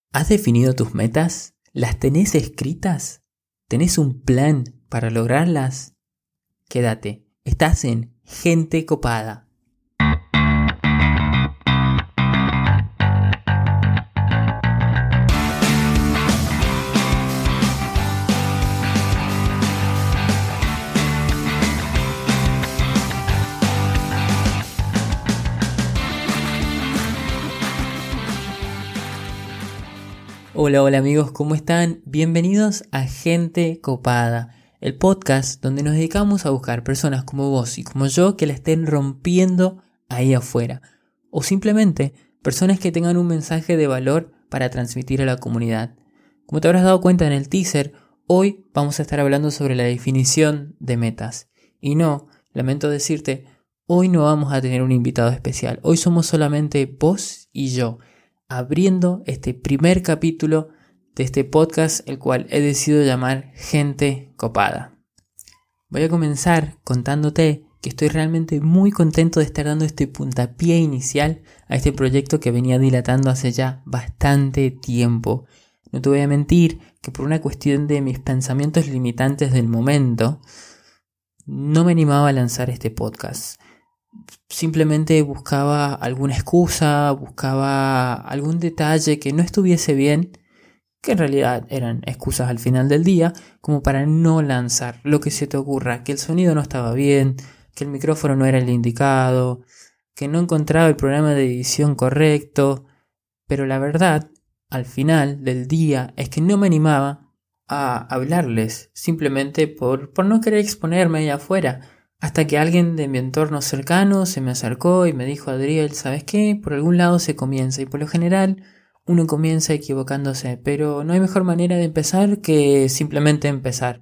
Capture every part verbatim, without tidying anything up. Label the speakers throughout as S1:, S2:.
S1: ¿Has definido tus metas? ¿Las tenés escritas? ¿Tenés un plan para lograrlas? Quédate, estás en Gente Copada. Hola, hola amigos, ¿cómo están? Bienvenidos a Gente Copada, el podcast donde nos dedicamos a buscar personas como vos y como yo que la estén rompiendo ahí afuera. O simplemente personas que tengan un mensaje de valor para transmitir a la comunidad. Como te habrás dado cuenta en el teaser, hoy vamos a estar hablando sobre la definición de metas. Y no, lamento decirte, hoy no vamos a tener un invitado especial. Hoy somos solamente vos y yo, abriendo este primer capítulo de este podcast, el cual he decidido llamar Gente Copada. Voy a comenzar contándote que estoy realmente muy contento de estar dando este puntapié inicial a este proyecto que venía dilatando hace ya bastante tiempo. No te voy a mentir que por una cuestión de mis pensamientos limitantes del momento, no me animaba a lanzar este podcast. Simplemente buscaba alguna excusa, buscaba algún detalle que no estuviese bien, que en realidad eran excusas al final del día, como para no lanzar lo que se te ocurra, que el sonido no estaba bien, que el micrófono no era el indicado, que no encontraba el programa de edición correcto, pero la verdad, al final del día, es que no me animaba a hablarles, simplemente por, por no querer exponerme allá afuera. Hasta que alguien de mi entorno cercano se me acercó y me dijo: Adriel, ¿sabes qué? Por algún lado se comienza y por lo general uno comienza equivocándose, pero no hay mejor manera de empezar que simplemente empezar.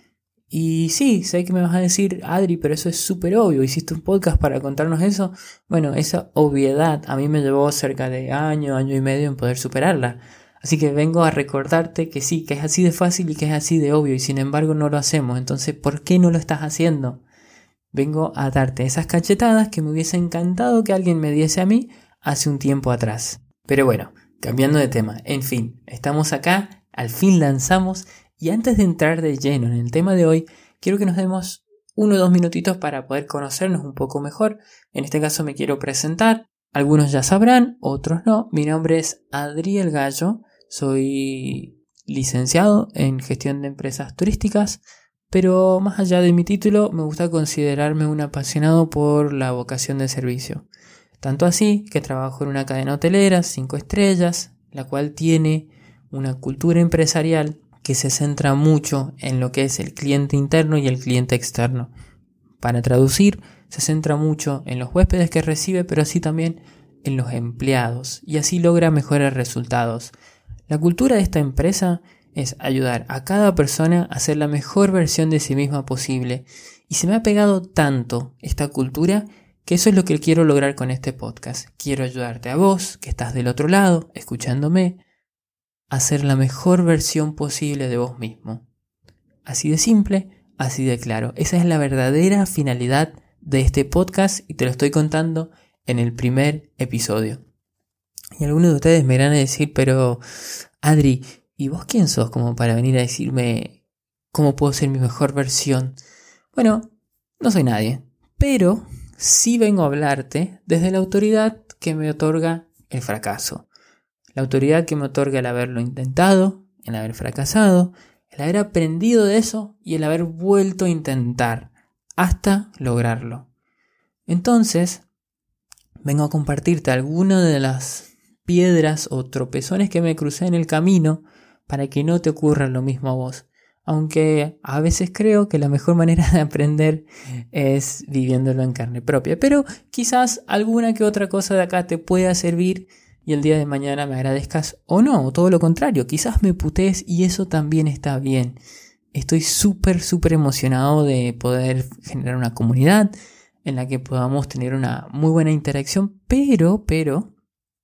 S1: Y sí, sé que me vas a decir: Adri, pero eso es súper obvio, hiciste un podcast para contarnos eso. Bueno, esa obviedad a mí me llevó cerca de año, año y medio en poder superarla. Así que vengo a recordarte que sí, que es así de fácil y que es así de obvio y sin embargo no lo hacemos. Entonces, ¿por qué no lo estás haciendo? Vengo a darte esas cachetadas que me hubiese encantado que alguien me diese a mí hace un tiempo atrás. Pero bueno, cambiando de tema, en fin, estamos acá, al fin lanzamos, y antes de entrar de lleno en el tema de hoy, quiero que nos demos uno o dos minutitos para poder conocernos un poco mejor. En este caso me quiero presentar, algunos ya sabrán, otros no. Mi nombre es Adriel Gallo, soy licenciado en gestión de empresas turísticas. Pero más allá de mi título, me gusta considerarme un apasionado por la vocación de servicio. Tanto así que trabajo en una cadena hotelera, cinco estrellas, la cual tiene una cultura empresarial que se centra mucho en lo que es el cliente interno y el cliente externo. Para traducir, se centra mucho en los huéspedes que recibe, pero así también en los empleados, y así logra mejores resultados. La cultura de esta empresa es ayudar a cada persona a ser la mejor versión de sí misma posible. Y se me ha pegado tanto esta cultura que eso es lo que quiero lograr con este podcast. Quiero ayudarte a vos, que estás del otro lado, escuchándome, a ser la mejor versión posible de vos mismo. Así de simple, así de claro. Esa es la verdadera finalidad de este podcast y te lo estoy contando en el primer episodio. Y algunos de ustedes me irán a decir: pero Adri, ¿y vos quién sos como para venir a decirme cómo puedo ser mi mejor versión? Bueno, no soy nadie, pero sí vengo a hablarte desde la autoridad que me otorga el fracaso. La autoridad que me otorga el haberlo intentado, el haber fracasado, el haber aprendido de eso y el haber vuelto a intentar hasta lograrlo. Entonces, vengo a compartirte algunas de las piedras o tropezones que me crucé en el camino para que no te ocurra lo mismo a vos. Aunque a veces creo que la mejor manera de aprender es viviéndolo en carne propia. Pero quizás alguna que otra cosa de acá te pueda servir y el día de mañana me agradezcas o no, o todo lo contrario. Quizás me putees y eso también está bien. Estoy súper, súper emocionado de poder generar una comunidad en la que podamos tener una muy buena interacción. Pero, pero,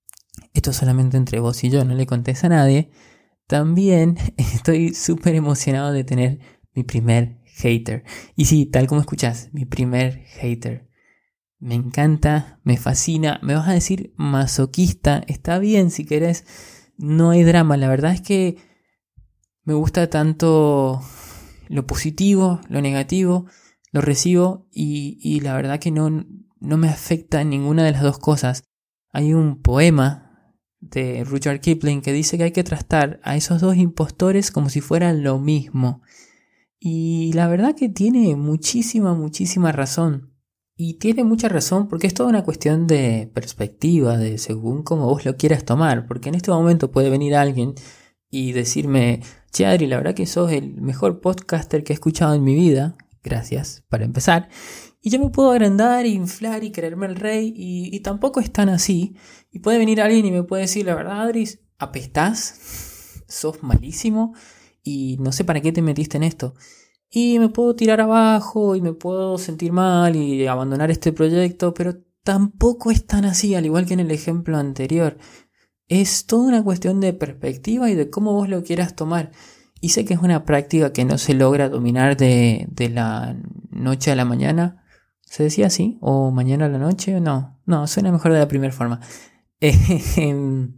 S1: esto solamente entre vos y yo, no le contés a nadie. También estoy súper emocionado de tener mi primer hater. Y sí, tal como escuchás, mi primer hater. Me encanta, me fascina, me vas a decir masoquista, está bien si querés no hay drama. La verdad es que me gusta tanto lo positivo, lo negativo, lo recibo y, y la verdad que no, no me afecta ninguna de las dos cosas. Hay un poema de Rudyard Kipling que dice que hay que tratar a esos dos impostores como si fueran lo mismo. Y la verdad que tiene muchísima, muchísima razón. Y tiene mucha razón porque es toda una cuestión de perspectiva, de según cómo vos lo quieras tomar. Porque en este momento puede venir alguien y decirme: che, Adri, la verdad que sos el mejor podcaster que he escuchado en mi vida. Gracias, para empezar. Y yo me puedo agrandar, inflar y creerme el rey. Y, y tampoco es tan así. Y puede venir alguien y me puede decir: la verdad, Adri, apestás, sos malísimo y no sé para qué te metiste en esto. Y me puedo tirar abajo y me puedo sentir mal y abandonar este proyecto, pero tampoco es tan así, al igual que en el ejemplo anterior. Es toda una cuestión de perspectiva y de cómo vos lo quieras tomar. Y sé que es una práctica que no se logra dominar de, de la noche a la mañana. ¿Se decía así? ¿O mañana a la noche? No, no, suena mejor de la primera forma. Eh, eh,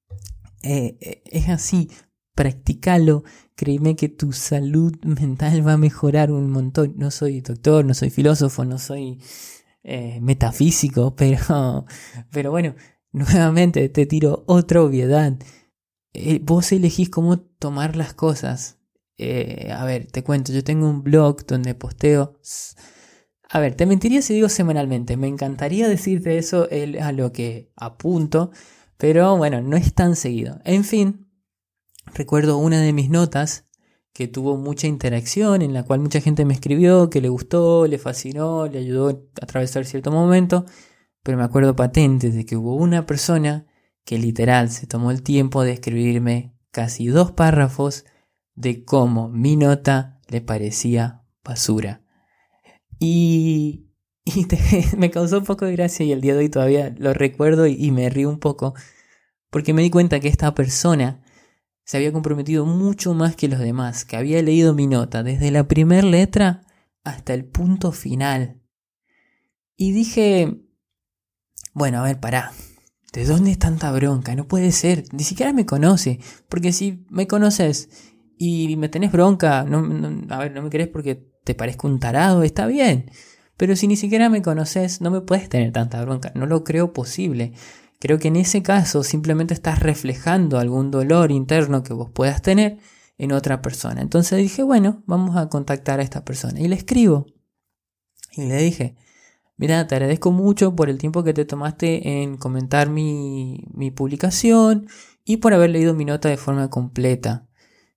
S1: eh, es así, practicalo. Créeme que tu salud mental va a mejorar un montón. No soy doctor, no soy filósofo, no soy eh, metafísico, pero, pero bueno, nuevamente te tiro otra obviedad. Eh, vos elegís cómo tomar las cosas. Eh, a ver, te cuento, yo tengo un blog donde posteo... A ver, te mentiría si digo semanalmente. Me encantaría decirte eso el, a lo que apunto, pero bueno, no es tan seguido. En fin... Recuerdo una de mis notas que tuvo mucha interacción, en la cual mucha gente me escribió que le gustó, le fascinó, le ayudó a atravesar cierto momento, pero me acuerdo patente de que hubo una persona que literal se tomó el tiempo de escribirme casi dos párrafos de cómo mi nota le parecía basura. Y, y te, me causó un poco de gracia y el día de hoy todavía lo recuerdo y, y me río un poco, porque me di cuenta que esta persona se había comprometido mucho más que los demás, que había leído mi nota desde la primera letra hasta el punto final. Y dije, bueno, a ver, pará, ¿de dónde es tanta bronca? No puede ser, ni siquiera me conoce, porque si me conoces y me tenés bronca, no, no, a ver, no me querés porque te parezco un tarado, está bien, pero si ni siquiera me conoces, no me puedes tener tanta bronca, no lo creo posible. Creo que en ese caso simplemente estás reflejando algún dolor interno que vos puedas tener en otra persona. Entonces dije, bueno, vamos a contactar a esta persona. Y le escribo. Y le dije, mira, te agradezco mucho por el tiempo que te tomaste en comentar mi, mi publicación y por haber leído mi nota de forma completa.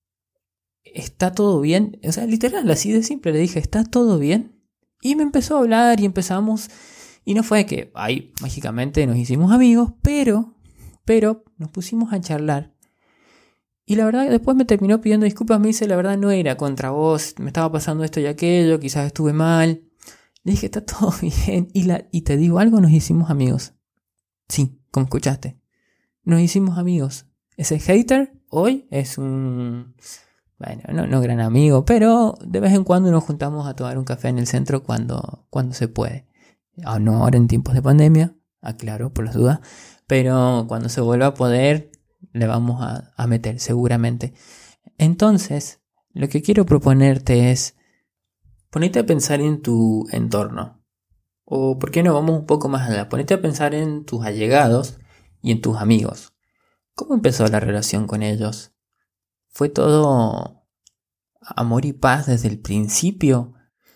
S1: ¿Está todo bien? O sea, literal, así de simple. Le dije, ¿está todo bien? Y me empezó a hablar y empezamos... Y no fue que ahí mágicamente nos hicimos amigos, pero, pero nos pusimos a charlar. Y la verdad después me terminó pidiendo disculpas, me dice, la verdad no era contra vos, me estaba pasando esto y aquello, quizás estuve mal. Le dije, está todo bien. Y, la, y te digo algo, nos hicimos amigos. Sí, como escuchaste. Nos hicimos amigos. Ese hater hoy es un... Bueno, no, no gran amigo, pero de vez en cuando nos juntamos a tomar un café en el centro cuando, cuando se puede. Ah, no ahora en tiempos de pandemia, aclaro por las dudas, pero cuando se vuelva a poder le vamos a, a meter seguramente. Entonces, lo que quiero proponerte es ponete a pensar en tu entorno, o por qué no vamos un poco más allá, ponete a pensar en tus allegados y en tus amigos. ¿Cómo empezó la relación con ellos? ¿Fue todo amor y paz desde el principio?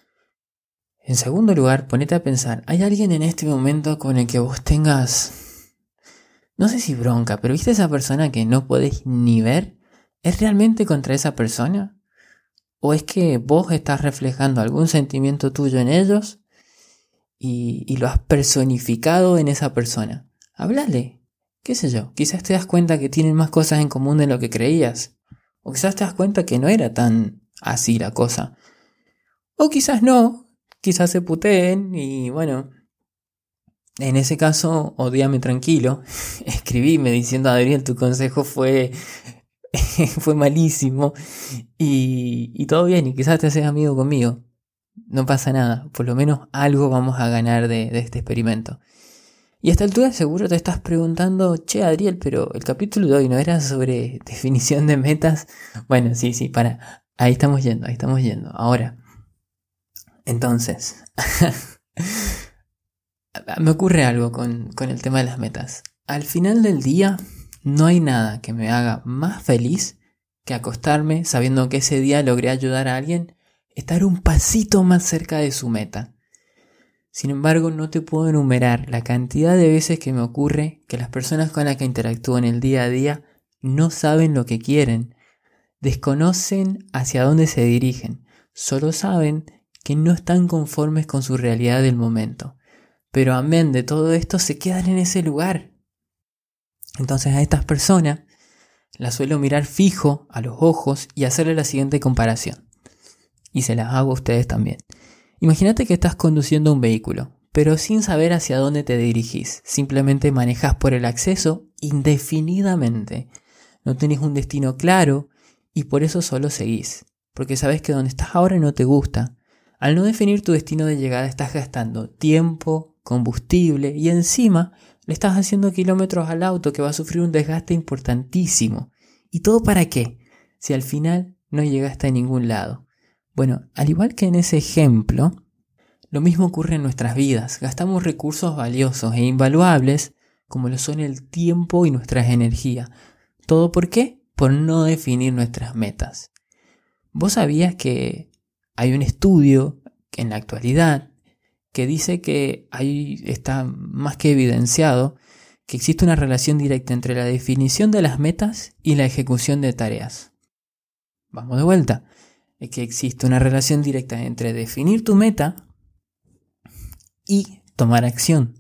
S1: En segundo lugar, ponete a pensar, ¿hay alguien en este momento con el que vos tengas, no sé si bronca, pero viste esa persona que no podés ni ver? ¿Es realmente contra esa persona? ¿O es que vos estás reflejando algún sentimiento tuyo en ellos y, y lo has personificado en esa persona? Háblale, qué sé yo, quizás te das cuenta que tienen más cosas en común de lo que creías. O quizás te das cuenta que no era tan así la cosa. O quizás no. Quizás se puteen y bueno, en ese caso, odíame tranquilo. Escribíme diciendo, Adrián, tu consejo fue, fue malísimo y, y todo bien, y quizás te haces amigo conmigo. No pasa nada, por lo menos algo vamos a ganar de, de este experimento. Y a esta altura seguro te estás preguntando, che Adriel, pero el capítulo de hoy no era sobre definición de metas. Bueno, sí, sí, para. Ahí estamos yendo, ahí estamos yendo. Ahora, entonces, me ocurre algo con, con el tema de las metas. Al final del día, no hay nada que me haga más feliz que acostarme sabiendo que ese día logré ayudar a alguien a estar un pasito más cerca de su meta. Sin embargo, no te puedo enumerar la cantidad de veces que me ocurre que las personas con las que interactúo en el día a día no saben lo que quieren, desconocen hacia dónde se dirigen, solo saben que no están conformes con su realidad del momento. Pero amén de todo esto, se quedan en ese lugar. Entonces a estas personas las suelo mirar fijo a los ojos y hacerle la siguiente comparación. Y se las hago a ustedes también. Imagínate que estás conduciendo un vehículo, pero sin saber hacia dónde te dirigís. Simplemente manejás por el acceso indefinidamente. No tenés un destino claro y por eso solo seguís. Porque sabes que donde estás ahora no te gusta. Al no definir tu destino de llegada estás gastando tiempo, combustible y encima le estás haciendo kilómetros al auto que va a sufrir un desgaste importantísimo. ¿Y todo para qué? Si al final no llegaste a ningún lado. Bueno, al igual que en ese ejemplo, lo mismo ocurre en nuestras vidas. Gastamos recursos valiosos e invaluables como lo son el tiempo y nuestras energías. ¿Todo por qué? Por no definir nuestras metas. ¿Vos sabías que hay un estudio en la actualidad que dice que ahí está más que evidenciado que existe una relación directa entre la definición de las metas y la ejecución de tareas? Vamos de vuelta. Es que existe una relación directa entre definir tu meta y tomar acción.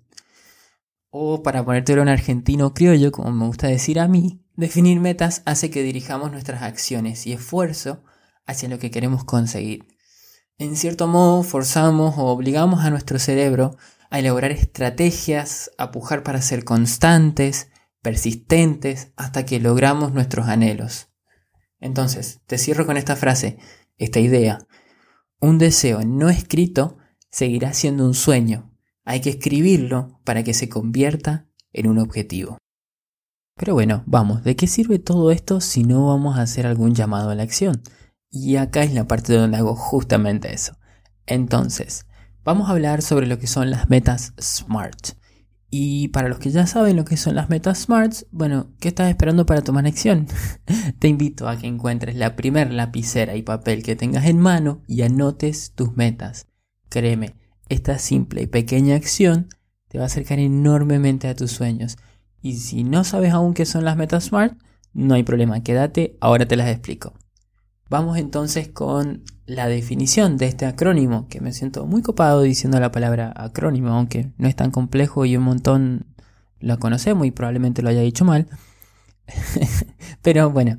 S1: O para ponértelo en argentino criollo, como me gusta decir a mí, definir metas hace que dirijamos nuestras acciones y esfuerzo hacia lo que queremos conseguir. En cierto modo, forzamos o obligamos a nuestro cerebro a elaborar estrategias, a pujar para ser constantes, persistentes, hasta que logramos nuestros anhelos. Entonces, te cierro con esta frase, esta idea. Un deseo no escrito seguirá siendo un sueño. Hay que escribirlo para que se convierta en un objetivo. Pero bueno, vamos, ¿de qué sirve todo esto si no vamos a hacer algún llamado a la acción? Y acá es la parte donde hago justamente eso. Entonces, vamos a hablar sobre lo que son las metas SMART. Y para los que ya saben lo que son las metas SMART, bueno, ¿qué estás esperando para tomar acción? Te invito a que encuentres la primer lapicera y papel que tengas en mano y anotes tus metas. Créeme, esta simple y pequeña acción te va a acercar enormemente a tus sueños. Y si no sabes aún qué son las metas SMART, no hay problema, quédate, ahora te las explico. Vamos entonces con la definición de este acrónimo, que me siento muy copado diciendo la palabra acrónimo, aunque no es tan complejo y un montón lo conocemos y probablemente lo haya dicho mal. Pero bueno,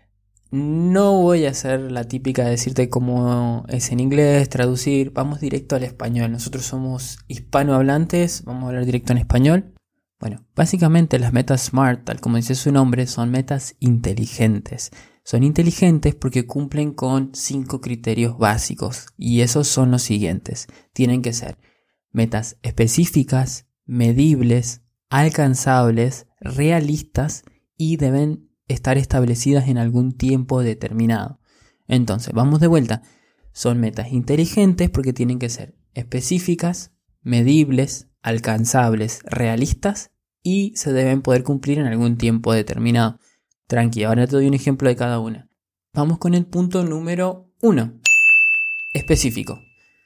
S1: no voy a hacer la típica de decirte cómo es en inglés, traducir, vamos directo al español. Nosotros somos hispanohablantes, vamos a hablar directo en español. Bueno, básicamente las metas SMART, tal como dice su nombre, son metas inteligentes. Son inteligentes porque cumplen con cinco criterios básicos y esos son los siguientes. Tienen que ser metas específicas, medibles, alcanzables, realistas y deben estar establecidas en algún tiempo determinado. Entonces, vamos de vuelta. Son metas inteligentes porque tienen que ser específicas, medibles, alcanzables, realistas y se deben poder cumplir en algún tiempo determinado. Tranqui, ahora te doy un ejemplo de cada una. Vamos con el punto número uno. Específico.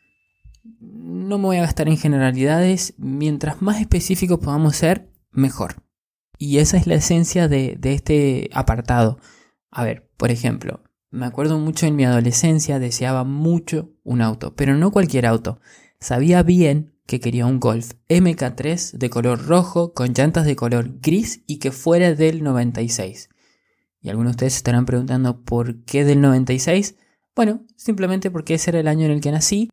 S1: No me voy a gastar en generalidades. Mientras más específicos podamos ser, mejor. Y esa es la esencia de, de este apartado. A ver, por ejemplo, me acuerdo mucho en mi adolescencia, deseaba mucho un auto, pero no cualquier auto. Sabía bien que quería un Golf M K tres de color rojo con llantas de color gris y que fuera del noventa y seis. Y algunos de ustedes se estarán preguntando ¿por qué del noventa y seis? Bueno, simplemente porque ese era el año en el que nací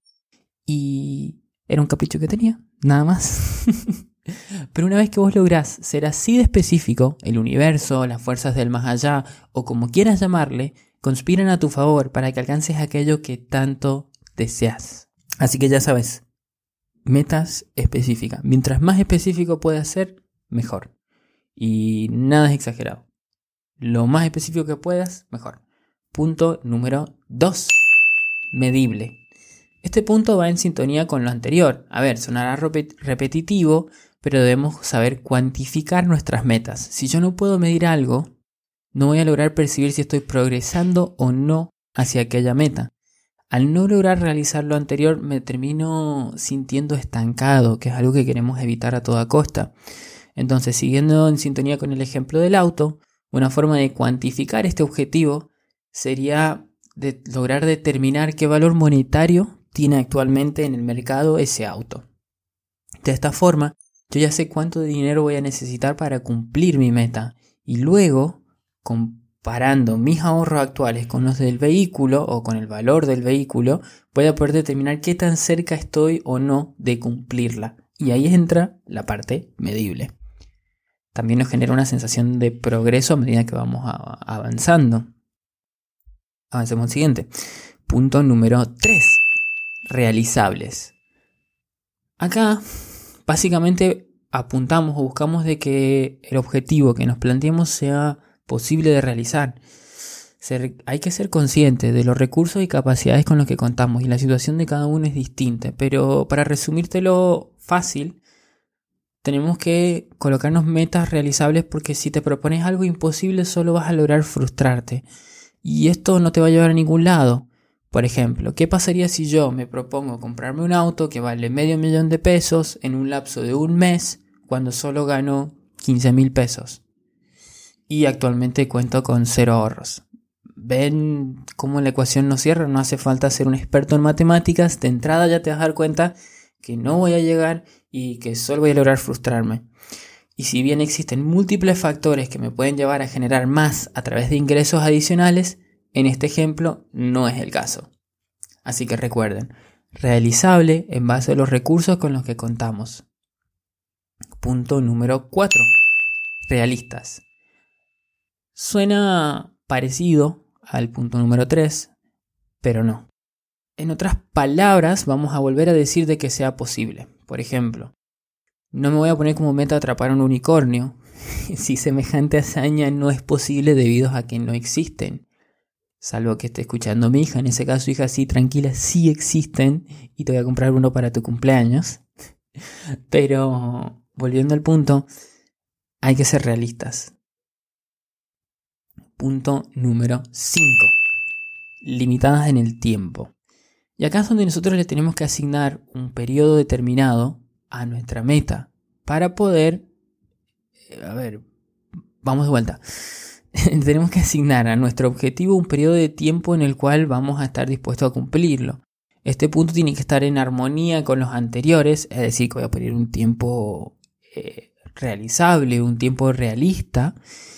S1: y era un capricho que tenía, nada más. Pero una vez que vos lográs ser así de específico, el universo, las fuerzas del más allá o como quieras llamarle, conspiran a tu favor para que alcances aquello que tanto deseas. Así que ya sabes, metas específicas. Mientras más específico puedas ser, mejor. Y nada es exagerado. Lo más específico que puedas, mejor. Punto número dos. Medible. Este punto va en sintonía con lo anterior. A ver, sonará repetitivo, pero debemos saber cuantificar nuestras metas. Si yo no puedo medir algo, no voy a lograr percibir si estoy progresando o no hacia aquella meta. Al no lograr realizar lo anterior, me termino sintiendo estancado, que es algo que queremos evitar a toda costa. Entonces, siguiendo en sintonía con el ejemplo del auto, una forma de cuantificar este objetivo sería de lograr determinar qué valor monetario tiene actualmente en el mercado ese auto. De esta forma, yo ya sé cuánto dinero voy a necesitar para cumplir mi meta y luego, comparando mis ahorros actuales con los del vehículo o con el valor del vehículo, voy a poder determinar qué tan cerca estoy o no de cumplirla. Y ahí entra la parte medible. También nos genera una sensación de progreso a medida que vamos a- avanzando. Avancemos al siguiente. Punto número tres. Realizables. Acá, básicamente, apuntamos o buscamos de que el objetivo que nos planteemos sea posible de realizar. Ser, hay que ser consciente de los recursos y capacidades con los que contamos y la situación de cada uno es distinta, pero para resumírtelo fácil, tenemos que colocarnos metas realizables porque si te propones algo imposible solo vas a lograr frustrarte y esto no te va a llevar a ningún lado. Por ejemplo, ¿qué pasaría si yo me propongo comprarme un auto que vale medio millón de pesos en un lapso de un mes cuando solo gano quince mil pesos? Y actualmente cuento con cero ahorros. ¿Ven cómo la ecuación no cierra? No hace falta ser un experto en matemáticas. De entrada ya te vas a dar cuenta que no voy a llegar y que solo voy a lograr frustrarme. Y si bien existen múltiples factores que me pueden llevar a generar más a través de ingresos adicionales, en este ejemplo no es el caso. Así que recuerden, realizable en base a los recursos con los que contamos. Punto número cuatro. Realistas. Suena parecido al punto número tres, pero no. En otras palabras, vamos a volver a decir de que sea posible. Por ejemplo, no me voy a poner como meta atrapar un unicornio si semejante hazaña no es posible debido a que no existen. Salvo que esté escuchando mi hija, en ese caso, hija, sí, tranquila, sí existen y te voy a comprar uno para tu cumpleaños. Pero, volviendo al punto, hay que ser realistas. Punto número cinco. Limitadas en el tiempo. Y acá es donde nosotros le tenemos que asignar un periodo determinado a nuestra meta para poder... A ver, vamos de vuelta. Tenemos que asignar a nuestro objetivo un periodo de tiempo en el cual vamos a estar dispuestos a cumplirlo. Este punto tiene que estar en armonía con los anteriores, es decir, que voy a poner un tiempo eh, realizable, un tiempo realista,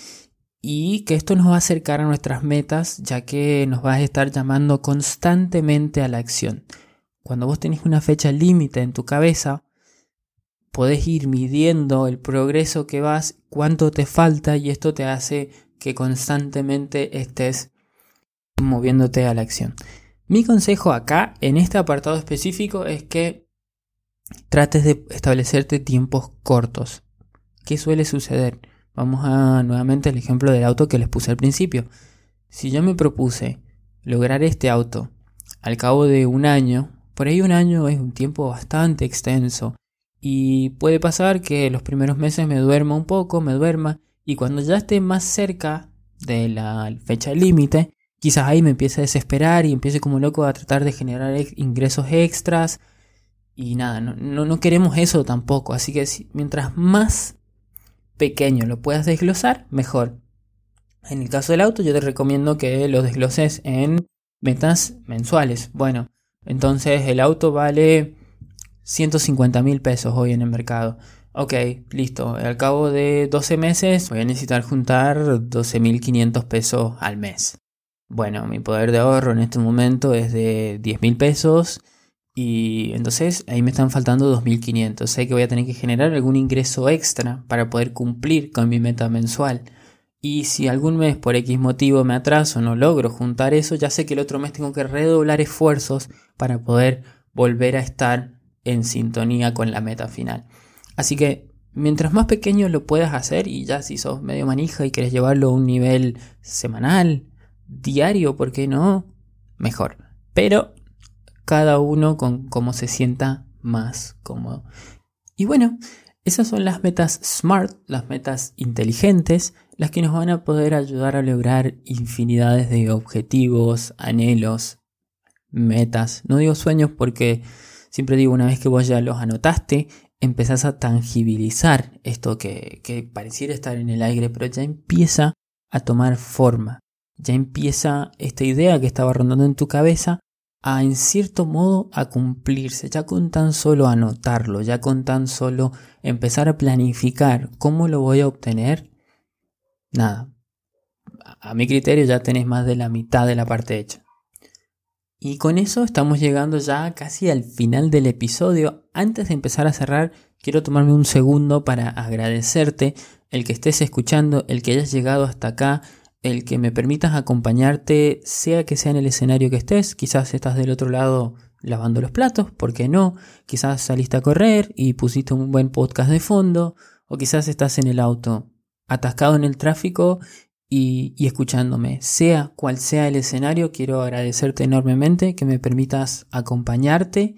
S1: y que esto nos va a acercar a nuestras metas, ya que nos va a estar llamando constantemente a la acción. Cuando vos tenés una fecha límite en tu cabeza, podés ir midiendo el progreso que vas, cuánto te falta, y esto te hace que constantemente estés moviéndote a la acción. Mi consejo acá, en este apartado específico, es que trates de establecerte tiempos cortos. ¿Qué suele suceder? Vamos a nuevamente al ejemplo del auto que les puse al principio. Si yo me propuse lograr este auto al cabo de un año, por ahí un año es un tiempo bastante extenso y puede pasar que los primeros meses me duerma un poco, me duerma, y cuando ya esté más cerca de la fecha límite, quizás ahí me empiece a desesperar y empiece como loco a tratar de generar ingresos extras. Y nada, no, no, no queremos eso tampoco. Así que si, mientras más pequeño lo puedas desglosar, mejor. En el caso del auto, yo te recomiendo que lo desgloses en metas mensuales. Bueno, entonces el auto vale ciento cincuenta mil pesos hoy en el mercado. Ok, listo. Al cabo de doce meses voy a necesitar juntar doce mil quinientos pesos al mes. Bueno, mi poder de ahorro en este momento es de diez mil pesos y entonces ahí me están faltando dos mil quinientos. Sé que voy a tener que generar algún ingreso extra para poder cumplir con mi meta mensual. Y si algún mes por X motivo me atraso, no logro juntar eso, ya sé que el otro mes tengo que redoblar esfuerzos para poder volver a estar en sintonía con la meta final. Así que mientras más pequeño lo puedas hacer, y ya si sos medio manija y querés llevarlo a un nivel semanal, diario, ¿por qué no? Mejor. Pero cada uno con cómo se sienta más cómodo. Y bueno, esas son las metas SMART, las metas inteligentes, las que nos van a poder ayudar a lograr infinidades de objetivos, anhelos, metas. No digo sueños porque siempre digo, una vez que vos ya los anotaste, empezás a tangibilizar esto que, que pareciera estar en el aire, pero ya empieza a tomar forma. Ya empieza esta idea que estaba rondando en tu cabeza a, en cierto modo, a cumplirse. Ya con tan solo anotarlo, ya con tan solo empezar a planificar cómo lo voy a obtener, nada. A mi criterio ya tenés más de la mitad de la parte hecha. Y con eso estamos llegando ya casi al final del episodio. Antes de empezar a cerrar, quiero tomarme un segundo para agradecerte el que estés escuchando, el que hayas llegado hasta acá, el que me permitas acompañarte, sea que sea en el escenario que estés. Quizás estás del otro lado lavando los platos, ¿por qué no? Quizás saliste a correr y pusiste un buen podcast de fondo, o quizás estás en el auto atascado en el tráfico Y, y escuchándome. Sea cual sea el escenario, quiero agradecerte enormemente que me permitas acompañarte.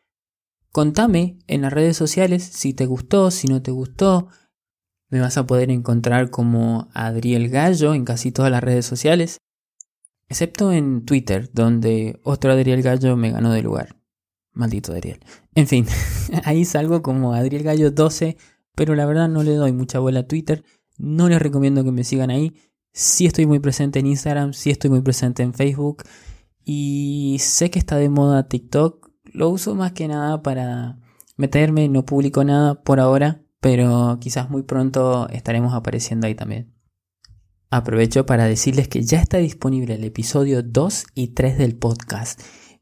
S1: Contame en las redes sociales si te gustó, si no te gustó. Me vas a poder encontrar como Adriel Gallo en casi todas las redes sociales, excepto en Twitter, donde otro Adriel Gallo me ganó de lugar. Maldito Adriel. En fin, ahí salgo como Adriel Gallo doce, pero la verdad no le doy mucha bola a Twitter. No les recomiendo que me sigan ahí. Sí estoy muy presente en Instagram, sí estoy muy presente en Facebook y sé que está de moda TikTok. Lo uso más que nada para meterme, no publico nada por ahora, pero quizás muy pronto estaremos apareciendo ahí también. Aprovecho para decirles que ya está disponible el episodio dos y tres del podcast.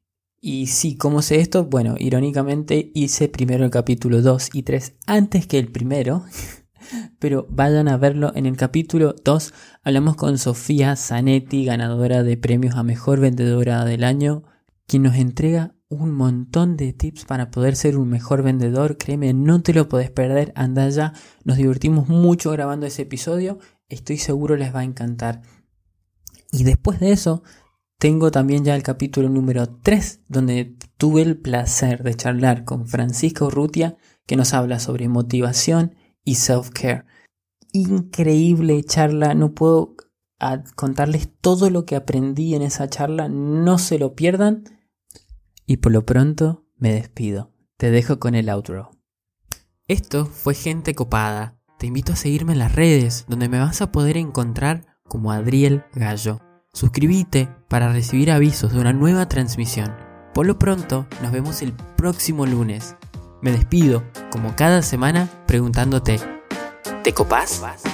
S1: Y sí, ¿cómo sé esto? Bueno, irónicamente hice primero el capítulo dos y tres antes que el primero. Pero vayan a verlo. En el capítulo dos hablamos con Sofía Zanetti, ganadora de premios a Mejor Vendedora del Año, quien nos entrega un montón de tips para poder ser un mejor vendedor. Créeme, no te lo podés perder, anda ya. Nos divertimos mucho grabando ese episodio, estoy seguro les va a encantar. Y después de eso, tengo también ya el capítulo número tres, donde tuve el placer de charlar con Francisca Urrutia, que nos habla sobre motivación y self-care. Increíble charla, no puedo contarles todo lo que aprendí en esa charla, no se lo pierdan. Y por lo pronto me despido, te dejo con el outro. Esto fue Gente Copada, te invito a seguirme en las redes, donde me vas a poder encontrar como Adriel Gallo. Suscríbete para recibir avisos de una nueva transmisión. Por lo pronto, nos vemos el próximo lunes. Me despido, como cada semana, preguntándote, ¿te copás?